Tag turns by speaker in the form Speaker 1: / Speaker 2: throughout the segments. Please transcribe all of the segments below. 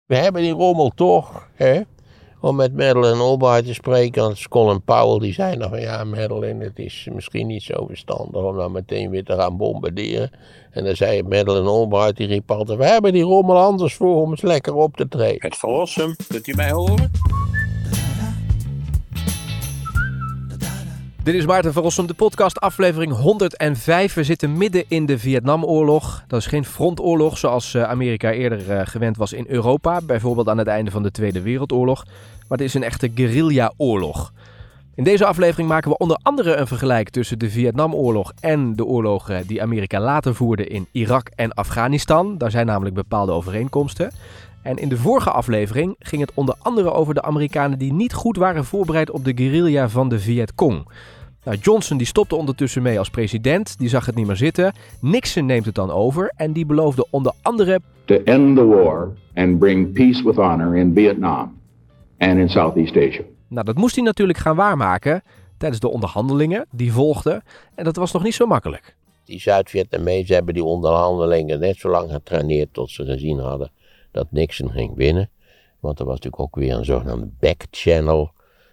Speaker 1: We hebben die rommel toch, hè? Om met Madeleine Albright te spreken, want Colin Powell die zei nog van ja Madeleine, het is misschien niet zo verstandig om dan meteen weer te gaan bombarderen. En dan zei Madeleine Albright, die riep altijd, we hebben die rommel anders voor om eens lekker op te treden.
Speaker 2: Het Verlossum, kunt u mij horen?
Speaker 3: Dit is Maarten van Rossum, de podcast, aflevering 105. We zitten midden in de Vietnamoorlog. Dat is geen frontoorlog zoals Amerika eerder gewend was in Europa. Bijvoorbeeld aan het einde van de Tweede Wereldoorlog. Maar het is een echte guerrilla-oorlog. In deze aflevering maken we onder andere een vergelijk tussen de Vietnamoorlog en de oorlogen die Amerika later voerde in Irak en Afghanistan. Daar zijn namelijk bepaalde overeenkomsten. En in de vorige aflevering ging het onder andere over de Amerikanen die niet goed waren voorbereid op de guerrilla van de Vietcong. Nou, Johnson die stopte ondertussen mee als president, die zag het niet meer zitten. Nixon neemt het dan over en die beloofde onder andere
Speaker 4: to end the war and bring peace with honor in Vietnam and in Southeast Asia.
Speaker 3: Nou, dat moest hij natuurlijk gaan waarmaken tijdens de onderhandelingen die volgden. En dat was nog niet zo makkelijk.
Speaker 1: Die Zuid-Vietnamezen hebben die onderhandelingen net zo lang getraineerd tot ze gezien hadden dat Nixon ging winnen. Want er was natuurlijk ook weer een zogenaamde backchannel.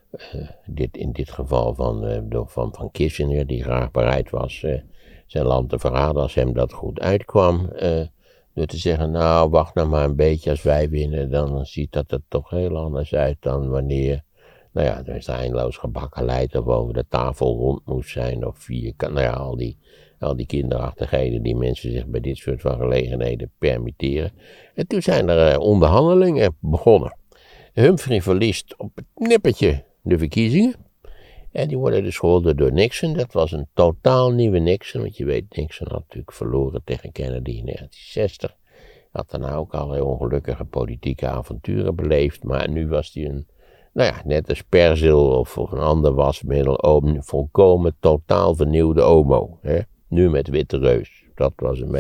Speaker 1: In dit geval van Kissinger, die graag bereid was zijn land te verraden als hem dat goed uitkwam. Door te zeggen, nou wacht nou maar een beetje, als wij winnen, dan ziet dat er toch heel anders uit dan wanneer, nou ja, er is eindeloos gebakkeleid of over de tafel rond moest zijn of nou ja, al die kinderachtigheden die mensen zich bij dit soort van gelegenheden permitteren. En toen zijn er onderhandelingen begonnen. Humphrey verliest op het nippertje de verkiezingen. En die worden dus gewonnen door Nixon. Dat was een totaal nieuwe Nixon. Want je weet, Nixon had natuurlijk verloren tegen Kennedy in 1960. Had daarna ook allerlei ongelukkige politieke avonturen beleefd. Maar nu was hij net als Persil of een ander wasmiddel, volkomen totaal vernieuwde homo. Hè? Nu met witte reus. Dat was een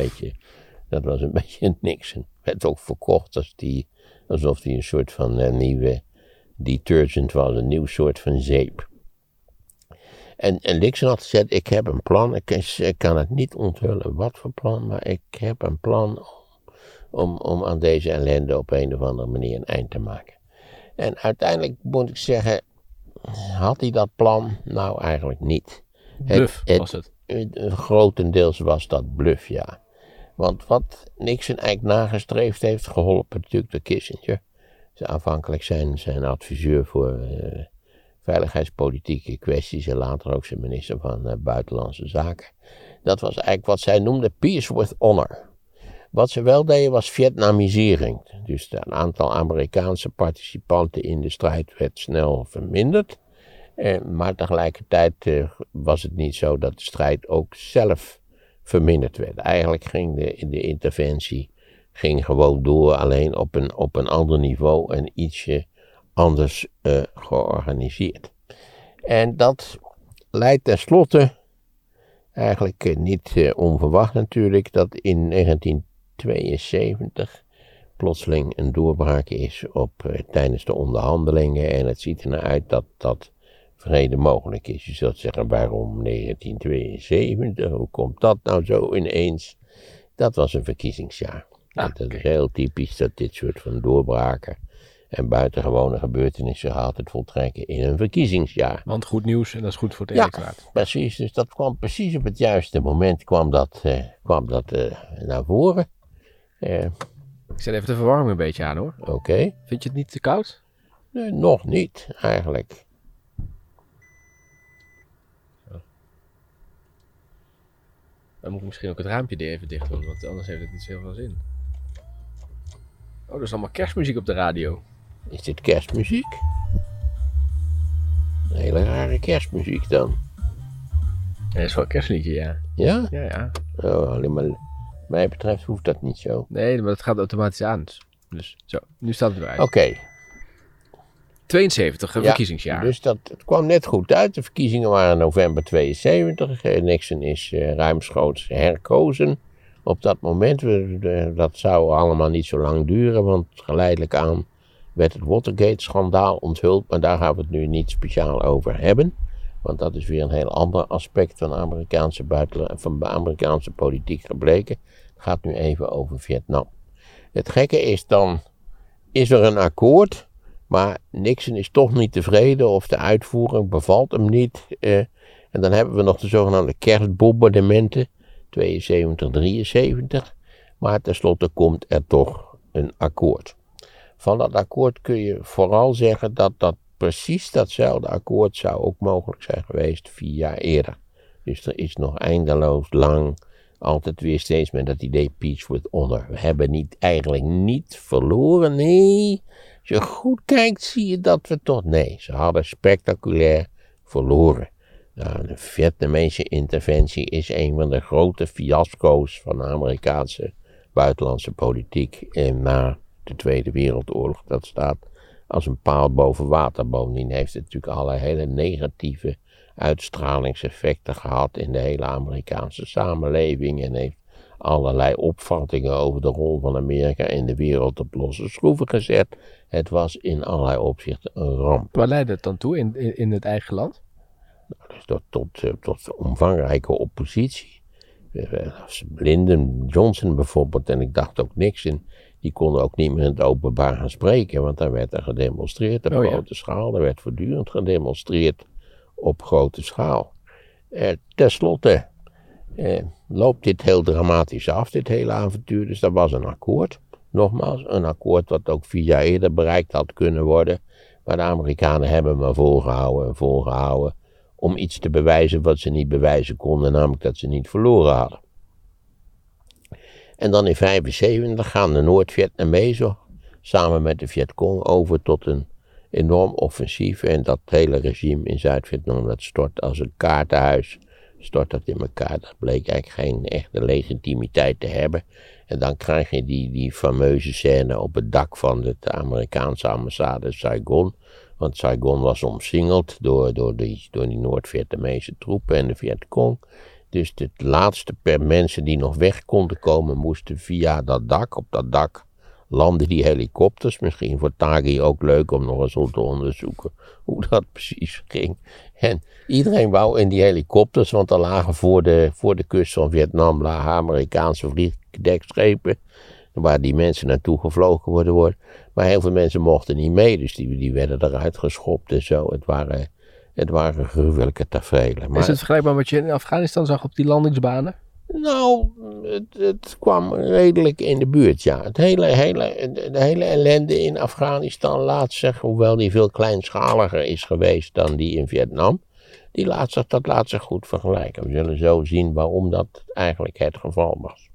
Speaker 1: beetje Nixon. Werd ook verkocht alsof hij een soort van nieuwe detergent was, een nieuw soort van zeep. En Nixon had gezegd, ik heb een plan, ik kan het niet onthullen wat voor plan, maar ik heb een plan om aan deze ellende op een of andere manier een eind te maken. En uiteindelijk moet ik zeggen, had hij dat plan? Nou, eigenlijk niet.
Speaker 3: Bluff was het.
Speaker 1: Grotendeels was dat bluff, ja. Want wat Nixon eigenlijk nagestreefd heeft, geholpen natuurlijk door Kissinger. Dus aanvankelijk zijn adviseur voor veiligheidspolitieke kwesties en later ook zijn minister van Buitenlandse Zaken. Dat was eigenlijk wat zij noemden peace with honor. Wat ze wel deden was Vietnamisering. Dus een aantal Amerikaanse participanten in de strijd werd snel verminderd. Maar tegelijkertijd was het niet zo dat de strijd ook zelf verminderd werd. Eigenlijk ging de interventie gewoon door, alleen op een ander niveau en ietsje anders georganiseerd. En dat leidt tenslotte, eigenlijk niet onverwacht natuurlijk, dat in 1972 plotseling een doorbraak is tijdens de onderhandelingen en het ziet er naar uit dat vrede mogelijk is. Je zult zeggen, waarom 1972? Hoe komt dat nou zo ineens? Dat was een verkiezingsjaar. Dat is heel typisch dat dit soort van doorbraken en buitengewone gebeurtenissen altijd voltrekken in een verkiezingsjaar.
Speaker 3: Want goed nieuws en dat is goed voor het electoraat.
Speaker 1: Ja, precies. Dus dat kwam precies op het juiste moment kwam dat naar voren.
Speaker 3: Ik zet even de verwarming een beetje aan, hoor.
Speaker 1: Oké.
Speaker 3: Vind je het niet te koud?
Speaker 1: Nee, nog niet, eigenlijk.
Speaker 3: Dan moet ik misschien ook het raampje even dicht doen, want anders heeft het niet zo heel veel zin. Oh, er is allemaal kerstmuziek op de radio.
Speaker 1: Is dit kerstmuziek? Een hele rare kerstmuziek dan.
Speaker 3: Ja, dat is wel een kerstliedje, ja.
Speaker 1: Ja?
Speaker 3: Ja.
Speaker 1: Oh, alleen maar, wat mij betreft hoeft dat niet zo.
Speaker 3: Nee, maar het gaat automatisch aan. Dus zo, nu staat het erbij.
Speaker 1: Oké.
Speaker 3: 72, een verkiezingsjaar.
Speaker 1: Dus het kwam net goed uit. De verkiezingen waren in november 72. Nixon is ruimschoots herkozen. Op dat moment, dat zou allemaal niet zo lang duren, want geleidelijk aan werd het Watergate-schandaal onthuld. Maar daar gaan we het nu niet speciaal over hebben. Want dat is weer een heel ander aspect van Amerikaanse politiek gebleken. Het gaat nu even over Vietnam. Het gekke is dan, is er een akkoord, maar Nixon is toch niet tevreden of de uitvoering bevalt hem niet. En dan hebben we nog de zogenaamde kerstbombardementen, 72, 73. Maar tenslotte komt er toch een akkoord. Van dat akkoord kun je vooral zeggen dat dat precies datzelfde akkoord zou ook mogelijk zijn geweest 4 jaar eerder. Dus er is nog eindeloos lang altijd weer steeds met dat idee peace with honor. We hebben eigenlijk niet verloren, nee. Als je goed kijkt zie je dat we toch, nee, ze hadden spectaculair verloren. Nou, de Vietnamese interventie is een van de grote fiasco's van de Amerikaanse buitenlandse politiek na de Tweede Wereldoorlog. Dat staat als een paal boven water. Bovendien heeft het natuurlijk allerlei hele negatieve uitstralingseffecten gehad in de hele Amerikaanse samenleving en heeft allerlei opvattingen over de rol van Amerika in de wereld op losse schroeven gezet. Het was in allerlei opzichten een ramp.
Speaker 3: Waar leidde het dan toe in het eigen land?
Speaker 1: Dus tot omvangrijke oppositie. Lyndon Johnson bijvoorbeeld en ik dacht ook Nixon, die konden ook niet meer in het openbaar gaan spreken, want daar werd er gedemonstreerd op grote schaal. Er werd voortdurend gedemonstreerd op grote schaal. Ten slotte loopt dit heel dramatisch af, dit hele avontuur. Dus dat was een akkoord. Nogmaals, een akkoord wat ook 4 jaar eerder bereikt had kunnen worden. Maar de Amerikanen hebben maar volgehouden om iets te bewijzen wat ze niet bewijzen konden, namelijk dat ze niet verloren hadden. En dan in 1975 gaan de Noord-Vietnamezen samen met de Vietcong over tot een enorm offensief. En dat hele regime in Zuid-Vietnam, dat stort als een kaartenhuis, stort dat in elkaar. Dat bleek eigenlijk geen echte legitimiteit te hebben. En dan krijg je die fameuze scène op het dak van de Amerikaanse ambassade in Saigon. Want Saigon was omsingeld door die Noord-Vietnamese troepen en de Vietcong. Dus de laatste mensen die nog weg konden komen moesten via dat dak. Op dat dak landden die helikopters. Misschien voor Taghi ook leuk om nog eens te onderzoeken hoe dat precies ging. En iedereen wou in die helikopters, want er lagen voor de kust van Vietnam Amerikaanse vliegdekschepen. Waar die mensen naartoe gevlogen worden. Maar heel veel mensen mochten niet mee, dus die werden eruit geschopt en zo. Het waren gruwelijke tafereelen.
Speaker 3: Is het vergelijkbaar met wat je in Afghanistan zag op die landingsbanen?
Speaker 1: Nou, het kwam redelijk in de buurt, ja. De hele ellende in Afghanistan laat zich, hoewel die veel kleinschaliger is geweest dan die in Vietnam, dat laat zich goed vergelijken. We zullen zo zien waarom dat eigenlijk het geval was.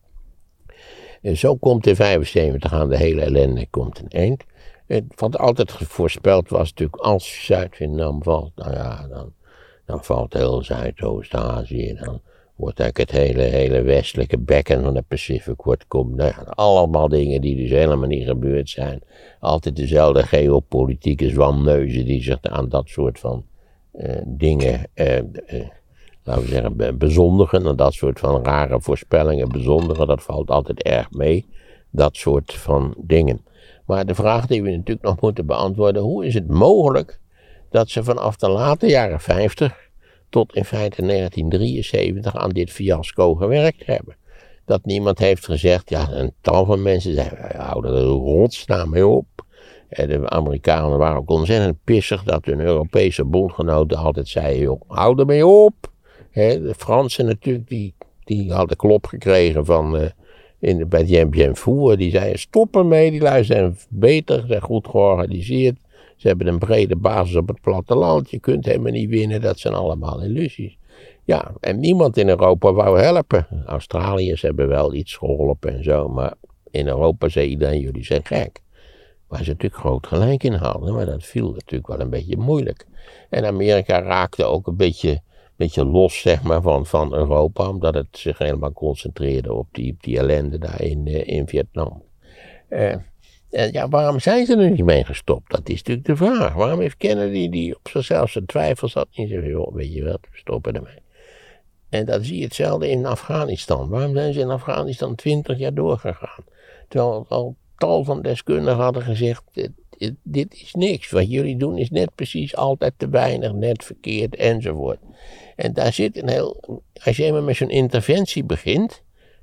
Speaker 1: En zo komt in 1975 aan de hele ellende komt een eind. Wat altijd voorspeld was natuurlijk, als Zuid-Vietnam valt, nou ja, dan valt heel Zuidoost-Azië. Dan wordt eigenlijk het hele westelijke bekken van de Pacific komt. Nou ja, allemaal dingen die dus helemaal niet gebeurd zijn. Altijd dezelfde geopolitieke zwamneuzen die zich aan dat soort van dingen, laten we zeggen, bezondigen. En dat soort van rare voorspellingen bezondigen, dat valt altijd erg mee. Dat soort van dingen. Maar de vraag die we natuurlijk nog moeten beantwoorden, hoe is het mogelijk dat ze vanaf de late jaren 50 tot in feite 1973 aan dit fiasco gewerkt hebben? Dat niemand heeft gezegd, ja, een tal van mensen zeiden, hou er rotsnaam mee op. De Amerikanen waren ook ontzettend pissig dat hun Europese bondgenoten altijd zeiden, joh, hou er mee op. De Fransen natuurlijk, die hadden klop gekregen van bij Dien Bien Phu, die zeiden stop ermee, die lui zijn beter, zijn goed georganiseerd. Ze hebben een brede basis op het platteland, je kunt helemaal niet winnen, dat zijn allemaal illusies. Ja, en niemand in Europa wou helpen. Australiërs hebben wel iets geholpen en zo, maar in Europa zei iedereen, jullie zijn gek. Waar ze natuurlijk groot gelijk in hadden, maar dat viel natuurlijk wel een beetje moeilijk. En Amerika raakte ook een beetje los, zeg maar, van Europa, omdat het zich helemaal concentreerde op die ellende daar in Vietnam. En ja, waarom zijn ze er niet mee gestopt? Dat is natuurlijk de vraag. Waarom heeft Kennedy, die op zichzelf zijn twijfels had, niet gezegd, joh, weet je wat, we stoppen ermee. En dat zie je hetzelfde in Afghanistan. Waarom zijn ze in Afghanistan 20 jaar doorgegaan? Terwijl al tal van deskundigen hadden gezegd, dit is niks. Wat jullie doen is net precies altijd te weinig, net verkeerd enzovoort. En daar zit als je eenmaal met zo'n interventie begint,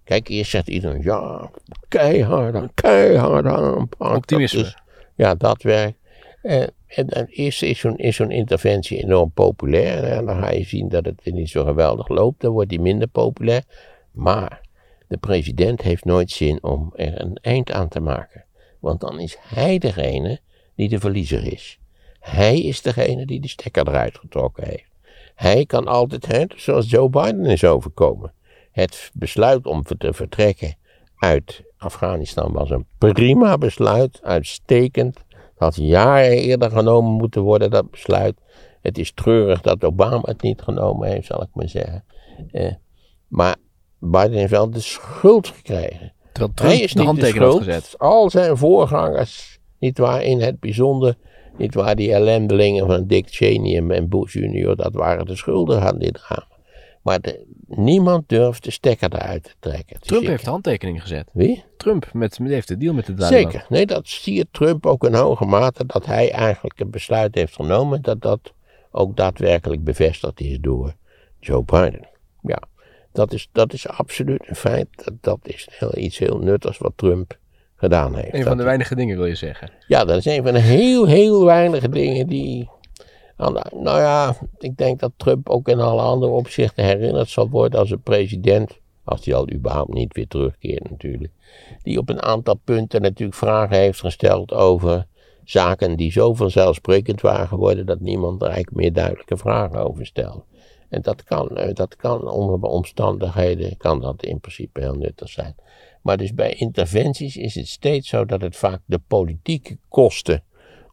Speaker 1: Kijk, eerst zegt iedereen, ja, keihard aanpak.
Speaker 3: Optimisme.
Speaker 1: Dat werkt. En dan eerst is zo'n interventie enorm populair. En dan ga je zien dat het niet zo geweldig loopt. Dan wordt die minder populair. Maar de president heeft nooit zin om er een eind aan te maken. Want dan is hij degene die de verliezer is. Hij is degene die de stekker eruit getrokken heeft. Hij kan altijd, zoals Joe Biden is overkomen. Het besluit om te vertrekken uit Afghanistan was een prima besluit, uitstekend. Het had jaren eerder genomen moeten worden, dat besluit. Het is treurig dat Obama het niet genomen heeft, zal ik maar zeggen. Maar Biden heeft wel de schuld gekregen.
Speaker 3: Terwijl Trump
Speaker 1: hij is
Speaker 3: de
Speaker 1: niet
Speaker 3: handtekening had gezet.
Speaker 1: Al zijn voorgangers, nietwaar, in het bijzonder, nietwaar, die ellendelingen van Dick Cheney en Bush junior, dat waren de schuldigen aan dit drama. Maar niemand durft de stekker eruit te trekken.
Speaker 3: Trump heeft de handtekening gezet.
Speaker 1: Wie?
Speaker 3: Trump heeft de deal met de Taliban.
Speaker 1: Zeker. Nee, dat zie je Trump ook in hoge mate, dat hij eigenlijk een besluit heeft genomen, dat ook daadwerkelijk bevestigd is door Joe Biden. Ja, dat is absoluut een feit. Dat is iets heel nuttigs wat Trump gedaan heeft.
Speaker 3: Een van de weinige dingen wil je zeggen.
Speaker 1: Ja, dat is een van de heel weinige dingen die... Nou ja, ik denk dat Trump ook in alle andere opzichten herinnerd zal worden als een president, als hij al überhaupt niet weer terugkeert natuurlijk, die op een aantal punten natuurlijk vragen heeft gesteld over zaken die zo vanzelfsprekend waren geworden dat niemand er eigenlijk meer duidelijke vragen over stelde. En dat kan onder omstandigheden, kan dat in principe heel nuttig zijn. Maar dus bij interventies is het steeds zo dat het vaak de politieke kosten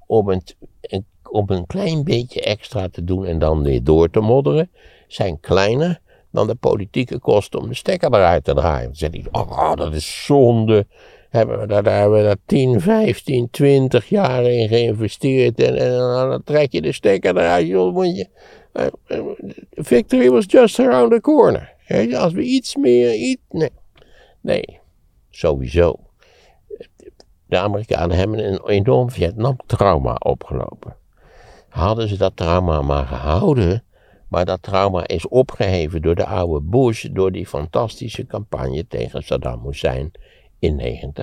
Speaker 1: om een klein beetje extra te doen en dan weer door te modderen, zijn kleiner dan de politieke kosten om de stekker eruit te draaien. Dan zeg ik, dat is zonde. Daar hebben we 10, 15, 20 jaar in geïnvesteerd en dan trek je de stekker eruit. Joh, moet je, victory was just around the corner. Als we iets meer... Nee, sowieso. De Amerikanen hebben een enorm Vietnam-trauma opgelopen. Hadden ze dat trauma maar gehouden, maar dat trauma is opgeheven door de oude Bush, door die fantastische campagne tegen Saddam Hussein in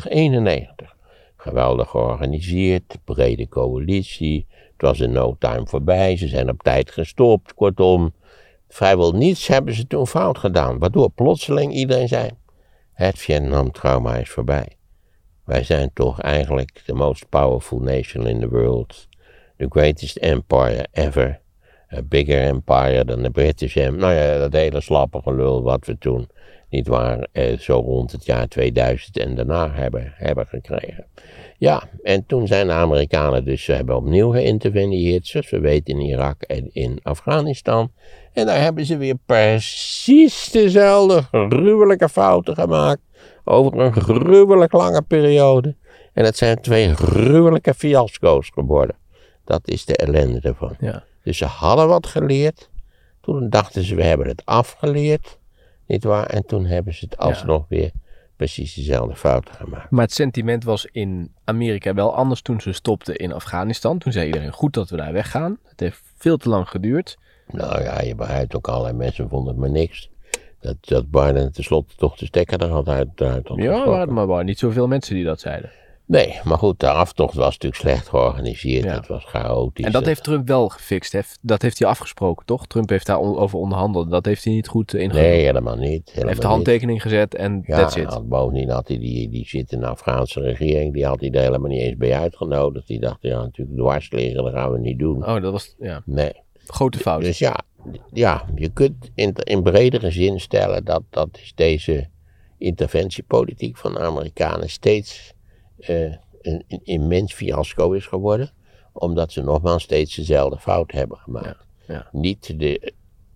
Speaker 1: 1991. Geweldig georganiseerd, brede coalitie, het was in no time voorbij, ze zijn op tijd gestopt, kortom, vrijwel niets hebben ze toen fout gedaan, waardoor plotseling iedereen zei, het Vietnam-trauma is voorbij. Wij zijn toch eigenlijk the most powerful nation in the world. The greatest empire ever. A bigger empire than the British Empire. Nou ja, dat hele slappige lul wat we toen, niet waar, zo rond het jaar 2000 en daarna hebben gekregen. Ja, en toen zijn de Amerikanen dus, hebben opnieuw geïnterveneerd, zoals we weten in Irak en in Afghanistan. En daar hebben ze weer precies dezelfde gruwelijke fouten gemaakt, over een gruwelijk lange periode. En het zijn 2 gruwelijke fiasco's geworden. Dat is de ellende ervan.
Speaker 3: Ja.
Speaker 1: Dus ze hadden wat geleerd. Toen dachten ze, we hebben het afgeleerd. Nietwaar? En toen hebben ze het alsnog weer precies dezelfde fouten gemaakt.
Speaker 3: Maar het sentiment was in Amerika wel anders toen ze stopten in Afghanistan. Toen zei iedereen, goed dat we daar weggaan. Het heeft veel te lang geduurd.
Speaker 1: Nou ja, je begrijpt ook, allerlei mensen vonden het maar niks. Dat Biden tenslotte toch de stekker eruit had.
Speaker 3: Ja, maar er waren niet zoveel mensen die dat zeiden.
Speaker 1: Nee, maar goed, de aftocht was natuurlijk slecht georganiseerd. Het was chaotisch.
Speaker 3: En dat heeft Trump wel gefixt. Dat heeft hij afgesproken, toch? Trump heeft daarover onderhandeld. Dat heeft hij niet goed ingevuld.
Speaker 1: Nee, helemaal niet.
Speaker 3: Hij heeft de handtekening gezet en that's it.
Speaker 1: Bovendien had hij die zit in de Afghaanse regering. Die had hij er helemaal niet eens bij uitgenodigd. Die dacht, natuurlijk dwars liggen, dat gaan we niet doen.
Speaker 3: Oh, dat was,
Speaker 1: Nee.
Speaker 3: Grote fout.
Speaker 1: Dus ja, je kunt in bredere zin stellen dat is deze interventiepolitiek van de Amerikanen steeds een immens fiasco is geworden, omdat ze nogmaals steeds dezelfde fout hebben gemaakt.
Speaker 3: Ja.
Speaker 1: Niet de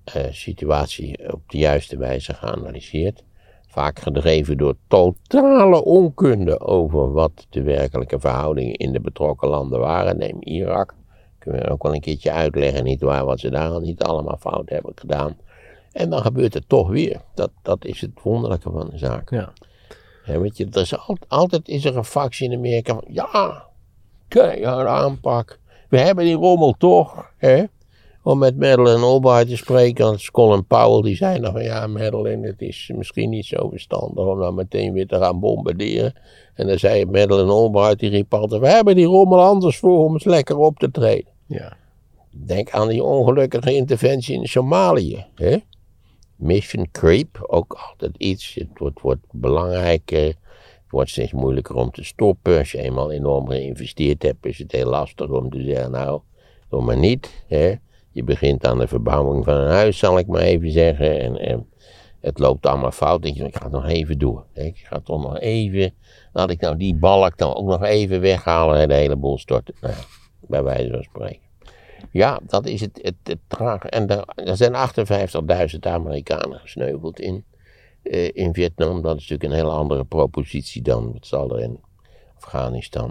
Speaker 1: situatie op de juiste wijze geanalyseerd, vaak gedreven door totale onkunde over wat de werkelijke verhoudingen in de betrokken landen waren. Neem Irak, kunnen we ook wel een keertje uitleggen, nietwaar, wat ze daar al niet allemaal fout hebben gedaan. En dan gebeurt het toch weer. Dat is het wonderlijke van de zaak.
Speaker 3: Ja.
Speaker 1: Ja, weet je, er is altijd is er een factie in Amerika van, keiharde aanpak. We hebben die rommel toch, om met Madeleine Albright te spreken. Want Colin Powell die zei nog van ja Madeleine, het is misschien niet zo verstandig om dan meteen weer te gaan bombarderen. En dan zei Madeleine Albright, die riep altijd, we hebben die rommel anders voor om eens lekker op te treden.
Speaker 3: Ja.
Speaker 1: Denk aan die ongelukkige interventie in Somalië. Hè? Mission creep, ook altijd iets. Het wordt belangrijker. Het wordt steeds moeilijker om te stoppen. Als je eenmaal enorm geïnvesteerd hebt, is het heel lastig om te zeggen, nou, doe maar niet. Hè? Je begint aan de verbouwing van een huis, zal ik maar even zeggen. En het loopt allemaal fout. Denk je, ik ga het nog even door. Hè? Ik ga toch nog even, laat ik nou die balk dan ook nog even weghalen en de hele boel storten. Nou, bij wijze van spreken. Ja, dat is het trage. En er zijn 58.000 Amerikanen gesneuveld in Vietnam. Dat is natuurlijk een hele andere propositie dan wat zal er in Afghanistan.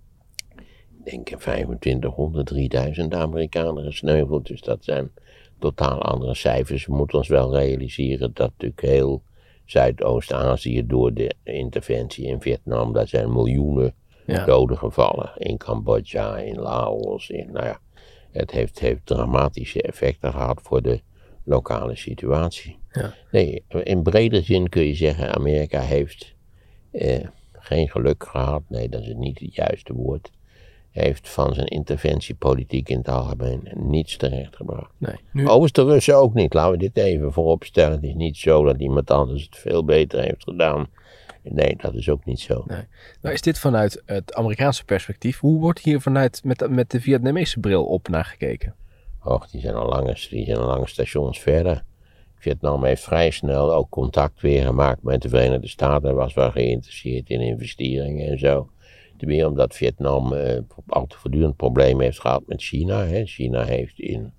Speaker 1: Ik denk 2500, 3000 Amerikanen gesneuveld. Dus dat zijn totaal andere cijfers. We moeten ons wel realiseren dat natuurlijk heel Zuidoost-Azië door de interventie in Vietnam, daar zijn miljoenen doden gevallen. In Cambodja, in Laos, nou ja. Het heeft dramatische effecten gehad voor de lokale situatie. Ja. Nee, in brede zin kun je zeggen, Amerika heeft geen geluk gehad. Nee, dat is niet het juiste woord. Heeft van zijn interventiepolitiek in het algemeen niets terechtgebracht. Nee, overigens de Russen ook niet. Laten we dit even voorop stellen. Het is niet zo dat iemand anders het veel beter heeft gedaan. Nee, dat is ook niet zo. Nee.
Speaker 3: Nou is dit vanuit het Amerikaanse perspectief. Hoe wordt hier vanuit met de Vietnamese bril op naar gekeken?
Speaker 1: Och, die zijn al lange stations verder. Vietnam heeft vrij snel ook contact weer gemaakt met de Verenigde Staten. Was wel geïnteresseerd in investeringen en zo. Tenminste omdat Vietnam altijd voortdurend problemen heeft gehad met China. Hè. China heeft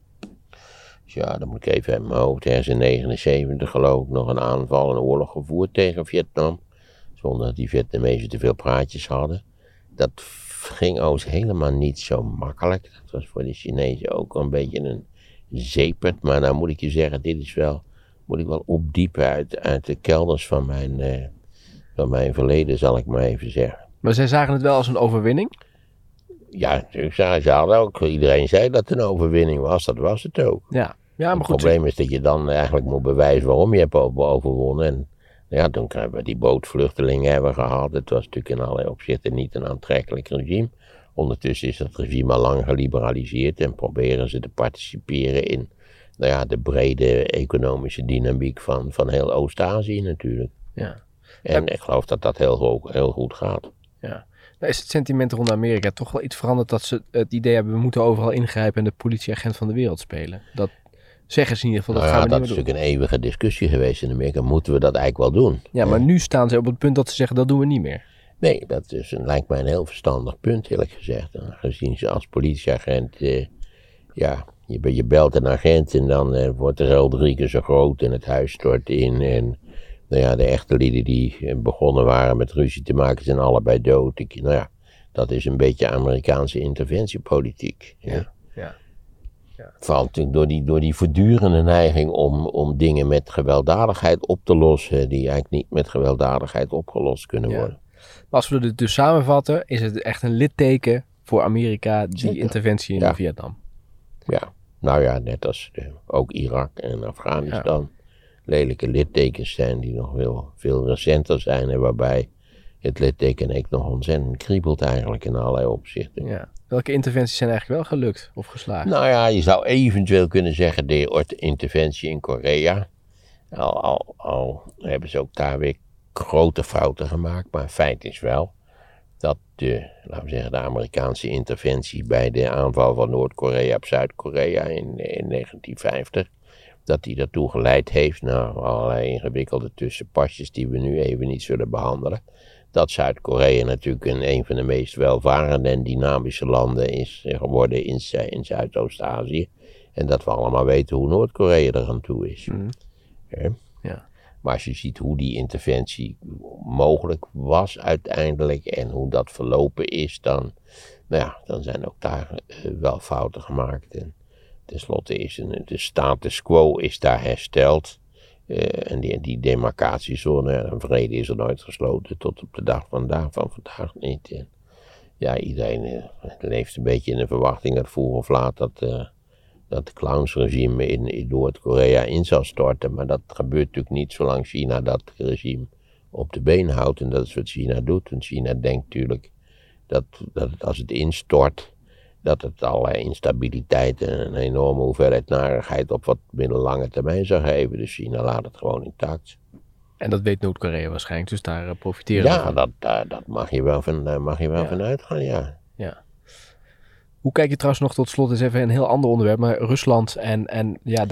Speaker 1: dan moet ik even uit mijn hoofd, ergens in 1979 geloof ik nog een aanval, een oorlog gevoerd tegen Vietnam. Zonder dat die Vietnamezen te veel praatjes hadden. Dat ging overigens helemaal niet zo makkelijk. Dat was voor de Chinezen ook een beetje een zeepert. Maar nou moet ik je zeggen, dit is wel, moet ik wel opdiepen uit de kelders van mijn verleden, zal ik maar even zeggen.
Speaker 3: Maar zij zagen het wel als een overwinning?
Speaker 1: Ja, ze hadden ook, iedereen zei dat het een overwinning was, dat was het ook.
Speaker 3: Ja, maar
Speaker 1: het probleem is dat je dan eigenlijk moet bewijzen waarom je hebt overwonnen. En ja, toen hebben we die bootvluchtelingen hebben gehad. Het was natuurlijk in allerlei opzichten niet een aantrekkelijk regime. Ondertussen is dat regime al lang geliberaliseerd en proberen ze te participeren in de brede economische dynamiek van heel Oost-Azië natuurlijk. Ja. En ik geloof dat dat heel goed gaat.
Speaker 3: Ja. Nou is het sentiment rond Amerika toch wel iets veranderd dat ze het idee hebben, we moeten overal ingrijpen en de politieagent van de wereld spelen? Dat zeggen ze in ieder geval, dat gaan we niet meer doen.
Speaker 1: Dat is natuurlijk een eeuwige discussie geweest in Amerika. Moeten we dat eigenlijk wel doen?
Speaker 3: Ja, maar nu staan ze op het punt dat ze zeggen, dat doen we niet meer.
Speaker 1: Nee, dat lijkt mij een heel verstandig punt, eerlijk gezegd. Gezien ze als politieagent, je belt een agent en dan wordt de geld 3 keer zo groot en het huis stort in. En de echte lieden die begonnen waren met ruzie te maken zijn allebei dood. Dat is een beetje Amerikaanse interventiepolitiek. Ja. Vooral natuurlijk door die voortdurende neiging om dingen met gewelddadigheid op te lossen, die eigenlijk niet met gewelddadigheid opgelost kunnen worden.
Speaker 3: Maar als we het dus samenvatten, is het echt een litteken voor Amerika, die interventie in Vietnam.
Speaker 1: Ja, net als ook Irak en Afghanistan. Lelijke littekens zijn die nog veel recenter zijn en waarbij het litteken ook nog ontzettend kriebelt eigenlijk in allerlei opzichten.
Speaker 3: Ja. Welke interventies zijn eigenlijk wel gelukt of geslaagd?
Speaker 1: Nou ja, je zou eventueel kunnen zeggen de interventie in Korea. Al hebben ze ook daar weer grote fouten gemaakt, maar feit is wel dat de Amerikaanse interventie bij de aanval van Noord-Korea op Zuid-Korea in 1950, dat die daartoe geleid heeft naar allerlei ingewikkelde tussenpasjes die we nu even niet zullen behandelen. Dat Zuid-Korea natuurlijk een van de meest welvarende en dynamische landen is geworden in Zuidoost-Azië. En dat we allemaal weten hoe Noord-Korea er aan toe is. Mm. Ja. Maar als je ziet hoe die interventie mogelijk was uiteindelijk en hoe dat verlopen is, dan zijn ook daar wel fouten gemaakt. En tenslotte is de status quo is daar hersteld. En die demarcatiezone, een vrede is er nooit gesloten tot op de dag van vandaag niet. En iedereen leeft een beetje in de verwachting dat vroeg of laat dat het clownsregime in Noord-Korea in zal storten. Maar dat gebeurt natuurlijk niet zolang China dat regime op de been houdt. En dat is wat China doet. Want China denkt natuurlijk dat als het instort, dat het allerlei instabiliteit en een enorme hoeveelheid narigheid op wat middellange termijn zou geven. Dus China laat het gewoon intact.
Speaker 3: En dat weet Noord-Korea waarschijnlijk, dus daar profiteren we van.
Speaker 1: Ja, dat mag je wel van uitgaan, ja.
Speaker 3: Ja. Hoe kijk je trouwens nog tot slot, is even een heel ander onderwerp, maar Rusland en ja,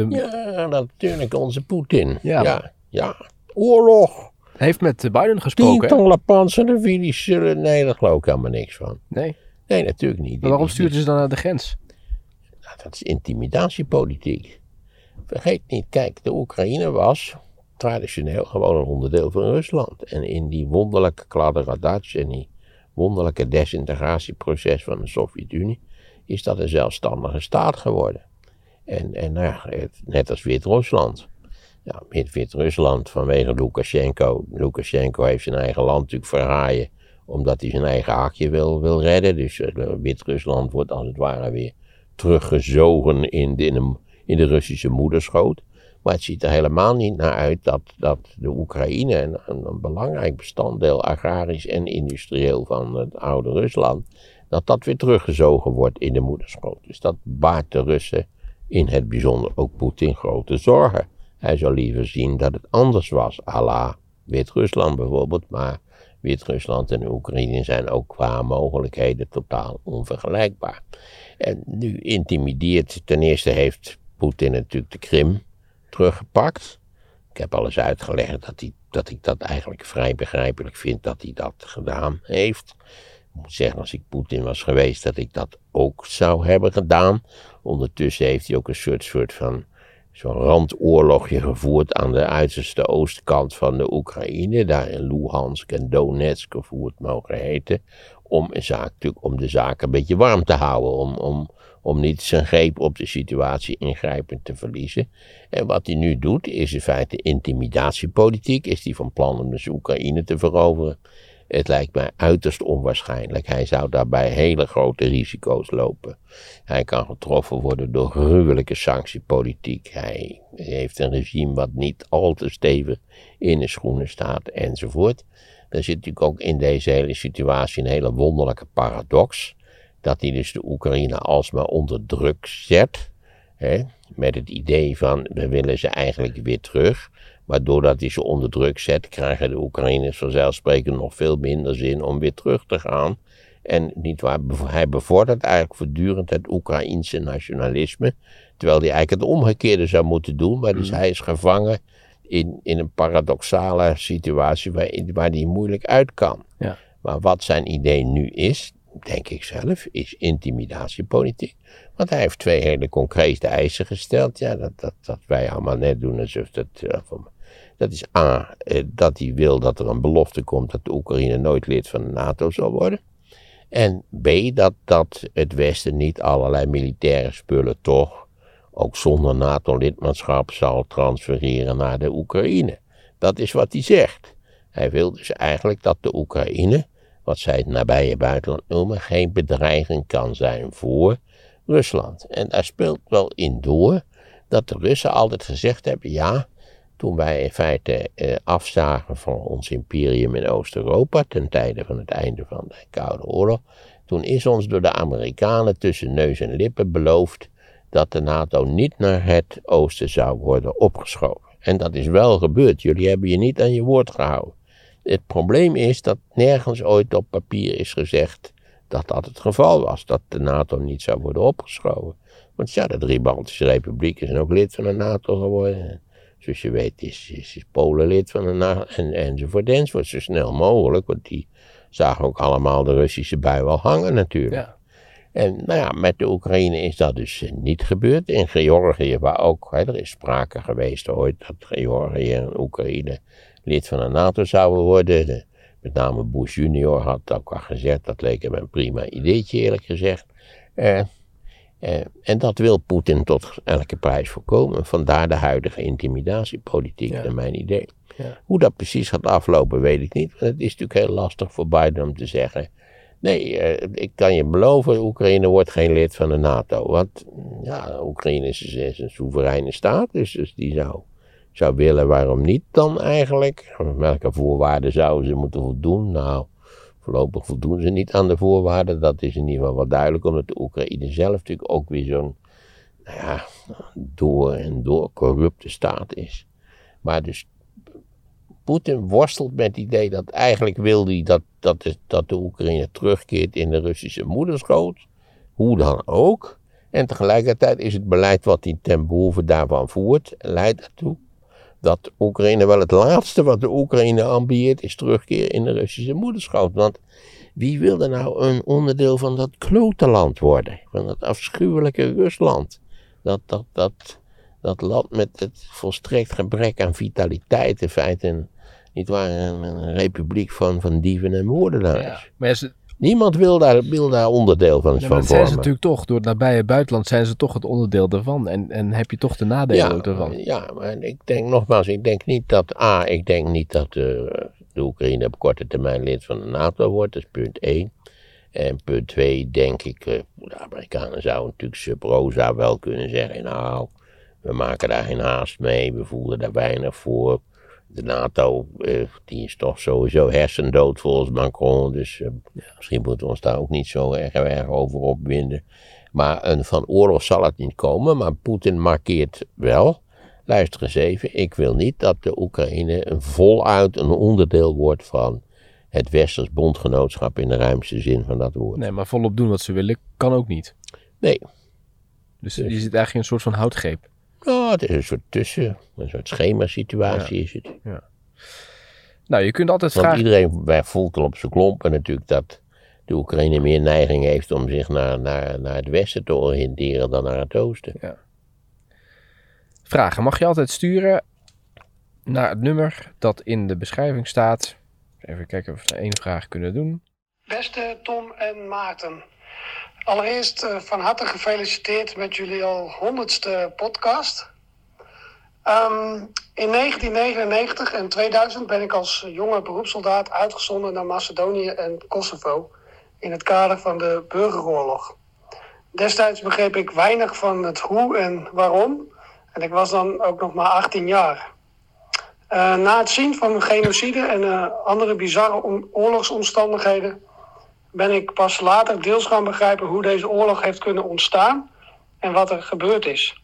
Speaker 1: Ja, natuurlijk onze Poetin.
Speaker 3: Ja.
Speaker 1: Ja. Oorlog.
Speaker 3: Hij heeft met Biden gesproken, hè?
Speaker 1: Tientallen panzerdivisions zullen... Nee, daar geloof ik helemaal niks van.
Speaker 3: Nee.
Speaker 1: Nee, natuurlijk niet.
Speaker 3: Maar waarom stuurden ze dan naar de grens?
Speaker 1: Nou, dat is intimidatiepolitiek. Vergeet niet, kijk, de Oekraïne was traditioneel gewoon een onderdeel van Rusland. En in die wonderlijke kladderadatsch en die wonderlijke desintegratieproces van de Sovjet-Unie is dat een zelfstandige staat geworden. En nou ja, net als Wit-Rusland. Ja, Wit-Rusland vanwege Lukashenko. Lukashenko heeft zijn eigen land natuurlijk verraaien omdat hij zijn eigen hakje wil redden. Dus Wit-Rusland wordt als het ware weer teruggezogen in de Russische moederschoot. Maar het ziet er helemaal niet naar uit dat de Oekraïne, een belangrijk bestanddeel agrarisch en industrieel van het oude Rusland, dat weer teruggezogen wordt in de moederschoot. Dus dat baart de Russen, in het bijzonder ook Poetin, grote zorgen. Hij zou liever zien dat het anders was, à la Wit-Rusland bijvoorbeeld, maar Wit-Rusland en de Oekraïne zijn ook qua mogelijkheden totaal onvergelijkbaar. En nu intimideert, ten eerste heeft Poetin natuurlijk de Krim teruggepakt. Ik heb al eens uitgelegd dat ik dat eigenlijk vrij begrijpelijk vind dat hij dat gedaan heeft. Ik moet zeggen, als ik Poetin was geweest, dat ik dat ook zou hebben gedaan. Ondertussen heeft hij ook een soort van zo'n randoorlogje gevoerd aan de uiterste oostkant van de Oekraïne, daar in Luhansk en Donetsk, of hoe het mogen heten, om de zaak een beetje warm te houden, om niet zijn greep op de situatie ingrijpend te verliezen. En wat hij nu doet, is in feite intimidatiepolitiek, is hij van plan om de Oekraïne te veroveren. Het lijkt mij uiterst onwaarschijnlijk. Hij zou daarbij hele grote risico's lopen. Hij kan getroffen worden door gruwelijke sanctiepolitiek. Hij heeft een regime wat niet al te stevig in de schoenen staat, enzovoort. Er zit natuurlijk ook in deze hele situatie een hele wonderlijke paradox. Dat hij dus de Oekraïne alsmaar onder druk zet. Met het idee van, we willen ze eigenlijk weer terug. Maar doordat hij ze onder druk zet, krijgen de Oekraïners vanzelfsprekend nog veel minder zin om weer terug te gaan. En nietwaar, hij bevordert eigenlijk voortdurend het Oekraïense nationalisme. Terwijl hij eigenlijk het omgekeerde zou moeten doen. Maar dus hij is gevangen in een paradoxale situatie waar hij moeilijk uit kan. Ja. Maar wat zijn idee nu is, denk ik zelf, is intimidatiepolitiek. Want hij heeft 2 hele concrete eisen gesteld. Ja, dat wij allemaal net doen alsof dat is A, dat hij wil dat er een belofte komt dat de Oekraïne nooit lid van de NATO zal worden. En B, dat het Westen niet allerlei militaire spullen toch, ook zonder NATO-lidmaatschap, zal transfereren naar de Oekraïne. Dat is wat hij zegt. Hij wil dus eigenlijk dat de Oekraïne, wat zij het nabije buitenland noemen, geen bedreiging kan zijn voor Rusland. En daar speelt wel in door dat de Russen altijd gezegd hebben, ja, toen wij in feite afzagen van ons imperium in Oost-Europa, ten tijde van het einde van de Koude Oorlog, toen is ons door de Amerikanen tussen neus en lippen beloofd dat de NATO niet naar het oosten zou worden opgeschoven. En dat is wel gebeurd. Jullie hebben je niet aan je woord gehouden. Het probleem is dat nergens ooit op papier is gezegd dat dat het geval was, dat de NATO niet zou worden opgeschoven. Want ja, de 3 Baltische republieken zijn ook lid van de NATO geworden. Zoals je weet is Polen lid van de NATO enzovoort, zo snel mogelijk, want die zagen ook allemaal de Russische bui wel hangen natuurlijk. Ja. En nou ja, met de Oekraïne is dat dus niet gebeurd. In Georgië, waar ook, er is sprake geweest ooit dat Georgië en Oekraïne lid van de NATO zouden worden. Met name Bush junior had ook al gezegd, dat leek hem een prima ideetje eerlijk gezegd. En dat wil Poetin tot elke prijs voorkomen. Vandaar de huidige intimidatiepolitiek, naar mijn idee. Ja. Hoe dat precies gaat aflopen, weet ik niet. Want het is natuurlijk heel lastig voor Biden om te zeggen, Nee, ik kan je beloven, Oekraïne wordt geen lid van de NATO. Want ja, Oekraïne is een soevereine staat, dus die zou willen, waarom niet dan eigenlijk? Welke voorwaarden zouden ze moeten voldoen? Nou, voorlopig voldoen ze niet aan de voorwaarden. Dat is in ieder geval wel duidelijk, omdat de Oekraïne zelf natuurlijk ook weer zo'n, door en door corrupte staat is. Maar dus Poetin worstelt met het idee dat eigenlijk wil hij dat de Oekraïne terugkeert in de Russische moederschoot. Hoe dan ook. En tegelijkertijd is het beleid wat hij ten behoeve daarvan voert, leidt ertoe dat Oekraïne wel het laatste wat de Oekraïne ambieert is terugkeer in de Russische moederschoot. Want wie wil er nou een onderdeel van dat klote land worden? Van dat afschuwelijke Rusland. Dat land met het volstrekt gebrek aan vitaliteit, in feite een republiek van dieven en moordenaars.
Speaker 3: Ja, maar
Speaker 1: Niemand wil daar onderdeel van vormen.
Speaker 3: Zijn ze natuurlijk toch, door het nabije buitenland zijn ze toch het onderdeel daarvan. En heb je toch de nadelen ervan.
Speaker 1: Ja, maar ik denk niet dat de Oekraïne op korte termijn lid van de NATO wordt. Dat is punt 1. En punt 2 denk ik, de Amerikanen zouden natuurlijk sub rosa wel kunnen zeggen, nou, we maken daar geen haast mee, we voelen daar weinig voor. De NATO, die is toch sowieso hersendood volgens Macron, dus misschien moeten we ons daar ook niet zo erg over opwinden. Maar van oorlog zal het niet komen, maar Poetin markeert wel, luister eens even, ik wil niet dat de Oekraïne voluit een onderdeel wordt van het Westers bondgenootschap in de ruimste zin van dat woord.
Speaker 3: Nee, maar volop doen wat ze willen kan ook niet.
Speaker 1: Nee.
Speaker 3: Dus je zit eigenlijk in een soort van houtgreep.
Speaker 1: Ja, het is een soort schemasituatie is het.
Speaker 3: Ja. Nou, je kunt altijd
Speaker 1: Want
Speaker 3: vragen.
Speaker 1: iedereen voelt al op zijn klompen natuurlijk dat de Oekraïne meer neiging heeft om zich naar het westen te oriënteren dan naar het oosten.
Speaker 3: Ja. Vragen mag je altijd sturen naar het nummer dat in de beschrijving staat. Even kijken of we 1 vraag kunnen doen.
Speaker 5: Beste Tom en Maarten. Allereerst van harte gefeliciteerd met jullie al 100ste podcast. In 1999 en 2000 ben ik als jonge beroepssoldaat uitgezonden naar Macedonië en Kosovo in het kader van de burgeroorlog. Destijds begreep ik weinig van het hoe en waarom en ik was dan ook nog maar 18 jaar. Na het zien van genocide en andere bizarre oorlogsomstandigheden ben ik pas later deels gaan begrijpen hoe deze oorlog heeft kunnen ontstaan en wat er gebeurd is.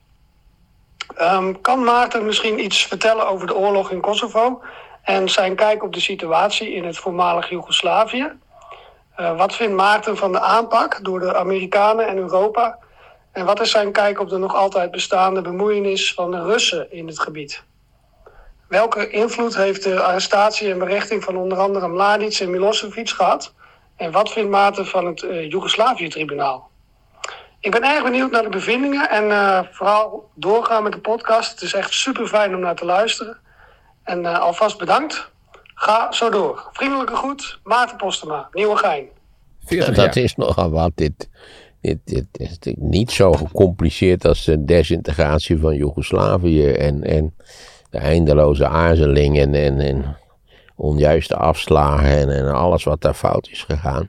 Speaker 5: Kan Maarten misschien iets vertellen over de oorlog in Kosovo en zijn kijk op de situatie in het voormalig Joegoslavië? Wat vindt Maarten van de aanpak door de Amerikanen en Europa? En wat is zijn kijk op de nog altijd bestaande bemoeienis van de Russen in het gebied? Welke invloed heeft de arrestatie en berechting van onder andere Mladic en Milosevic gehad? En wat vindt Maarten van het Joegoslavië-tribunaal? Ik ben erg benieuwd naar de bevindingen en vooral doorgaan met de podcast. Het is echt super fijn om naar te luisteren. En alvast bedankt. Ga zo door. Vriendelijke groet, Maarten Postema, Nieuwegein.
Speaker 1: Dat is nogal wat. Dit is natuurlijk niet zo gecompliceerd als de desintegratie van Joegoslavië en de eindeloze aarzelingen en onjuiste afslagen en alles wat daar fout is gegaan.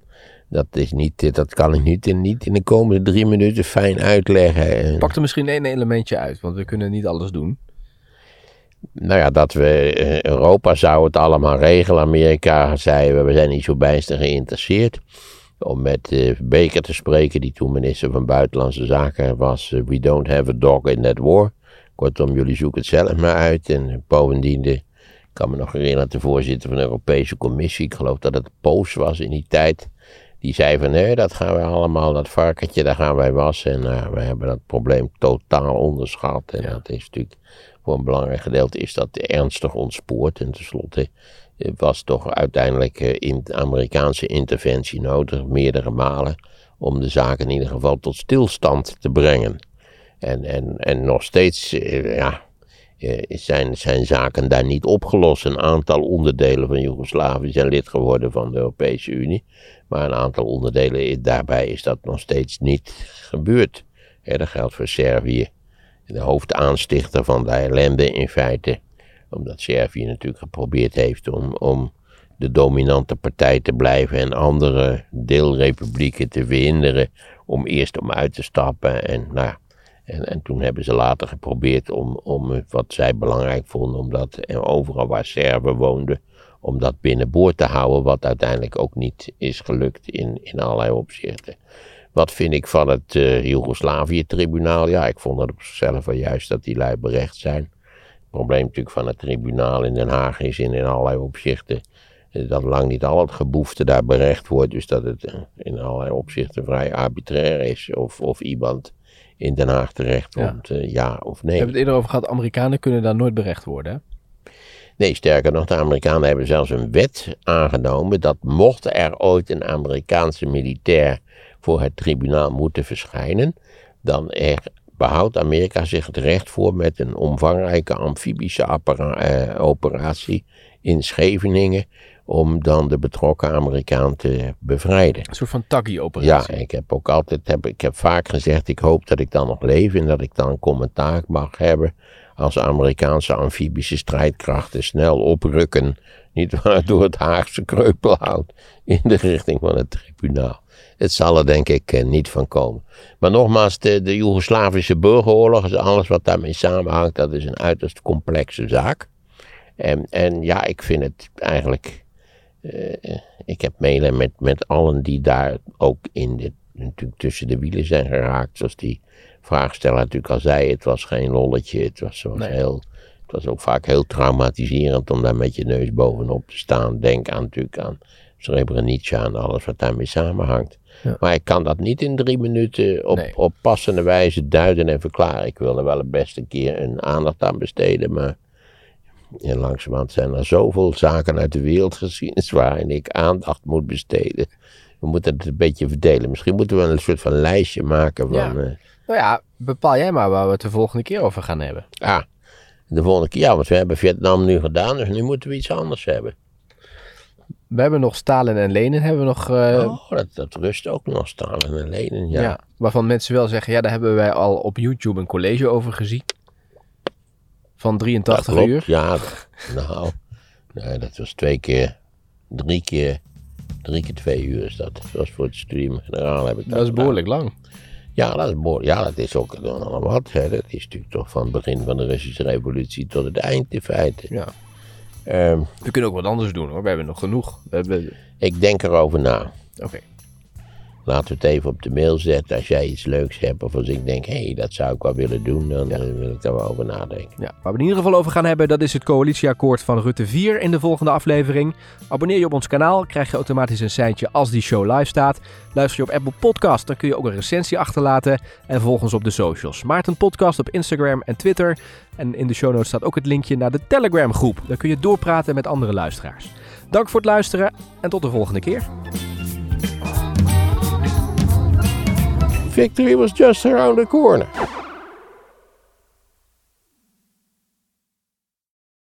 Speaker 1: Dat kan ik niet in de komende 3 minuten fijn uitleggen.
Speaker 3: Pak er misschien 1 elementje uit, want we kunnen niet alles doen.
Speaker 1: Nou ja, Europa zou het allemaal regelen. Amerika zei, we zijn niet zo bijster geïnteresseerd. Om met Baker te spreken, die toen minister van Buitenlandse Zaken was. We don't have a dog in that war. Kortom, jullie zoeken het zelf maar uit. En bovendien, ik kan me nog herinneren, de voorzitter van de Europese Commissie, ik geloof dat het Poos was in die tijd. Die zei van, nee, dat gaan wij allemaal, dat varkentje, daar gaan wij wassen. En we hebben dat probleem totaal onderschat. En dat is natuurlijk, voor een belangrijk gedeelte is dat ernstig ontspoord. En tenslotte was toch uiteindelijk Amerikaanse interventie nodig, meerdere malen, om de zaken in ieder geval tot stilstand te brengen. En nog steeds, zijn zaken daar niet opgelost. Een aantal onderdelen van Joegoslavië zijn lid geworden van de Europese Unie. Maar een aantal onderdelen daarbij is dat nog steeds niet gebeurd. Dat geldt voor Servië. De hoofdaanstichter van de ellende in feite. Omdat Servië natuurlijk geprobeerd heeft om de dominante partij te blijven en andere deelrepublieken te verhinderen om eerst uit te stappen. En toen hebben ze later geprobeerd om wat zij belangrijk vonden, omdat overal waar Serven woonden, om dat binnenboord te houden, wat uiteindelijk ook niet is gelukt in allerlei opzichten. Wat vind ik van het Joegoslavië-tribunaal? Ja, ik vond het op zichzelf wel juist dat die lui berecht zijn. Het probleem natuurlijk van het tribunaal in Den Haag is in allerlei opzichten dat lang niet al het geboefte daar berecht wordt, dus dat het in allerlei opzichten vrij arbitrair is of iemand in Den Haag terechtkomt, ja of nee.
Speaker 3: We hebben het eerder over gehad, Amerikanen kunnen daar nooit berecht worden, hè?
Speaker 1: Nee, sterker nog, de Amerikanen hebben zelfs een wet aangenomen dat mocht er ooit een Amerikaanse militair voor het tribunaal moeten verschijnen, dan behoudt Amerika zich het recht voor met een omvangrijke amfibische operatie in Scheveningen om dan de betrokken Amerikaan te bevrijden.
Speaker 3: Een soort van Taggi-operatie.
Speaker 1: Ja, ik heb vaak gezegd, ik hoop dat ik dan nog leef en dat ik dan commentaar mag hebben als Amerikaanse amfibische strijdkrachten snel oprukken, niet waar door het Haagse kreupelhout, in de richting van het tribunaal. Het zal er denk ik niet van komen. Maar nogmaals, de Joegoslavische burgeroorlog is alles wat daarmee samenhangt, dat is een uiterst complexe zaak. En ja, ik vind het eigenlijk, ik heb mailen met allen die daar ook natuurlijk tussen de wielen zijn geraakt, zoals die vraagsteller natuurlijk al zei, het was geen lolletje, het was ook vaak heel traumatiserend om daar met je neus bovenop te staan. Denk natuurlijk aan Srebrenica en alles wat daarmee samenhangt. Ja. Maar ik kan dat niet in 3 minuten op passende wijze duiden en verklaren. Ik wil er wel best een keer een aandacht aan besteden, maar langzamerhand zijn er zoveel zaken uit de wereldgeschiedenis waarin ik aandacht moet besteden. We moeten het een beetje verdelen. Misschien moeten we een soort van lijstje maken van...
Speaker 3: Nou ja, bepaal jij maar waar we het de volgende keer over gaan hebben.
Speaker 1: Ah, de volgende keer, ja, want we hebben Vietnam nu gedaan, dus nu moeten we iets anders hebben.
Speaker 3: We hebben nog Stalin en Lenin, hebben we nog...
Speaker 1: Dat rust ook nog, Stalin en Lenin, ja.
Speaker 3: Waarvan mensen wel zeggen, ja, daar hebben wij al op YouTube een college over gezien. Van 83 uur.
Speaker 1: Ja, dat was 3 keer 2 uur is dat. Dat was voor het studium-generaal heb ik dat.
Speaker 3: Dat is behoorlijk lang.
Speaker 1: Ja, dat is ook nog wat. Hè. Dat is natuurlijk toch van het begin van de Russische revolutie tot het eind in feite.
Speaker 3: Ja. We kunnen ook wat anders doen hoor, we hebben nog genoeg.
Speaker 1: Ik denk erover na.
Speaker 3: Oké.
Speaker 1: Laten we het even op de mail zetten als jij iets leuks hebt. Of als ik denk, dat zou ik wel willen doen. Dan wil ik daar wel over nadenken.
Speaker 3: Ja, waar we in ieder geval over gaan hebben, dat is het coalitieakkoord van Rutte 4 in de volgende aflevering. Abonneer je op ons kanaal, krijg je automatisch een seintje als die show live staat. Luister je op Apple Podcast, dan kun je ook een recensie achterlaten. En volg ons op de socials. Maarten Podcast op Instagram en Twitter. En in de show notes staat ook het linkje naar de Telegram groep. Daar kun je doorpraten met andere luisteraars. Dank voor het luisteren en tot de volgende keer.
Speaker 1: Victory was just around the corner.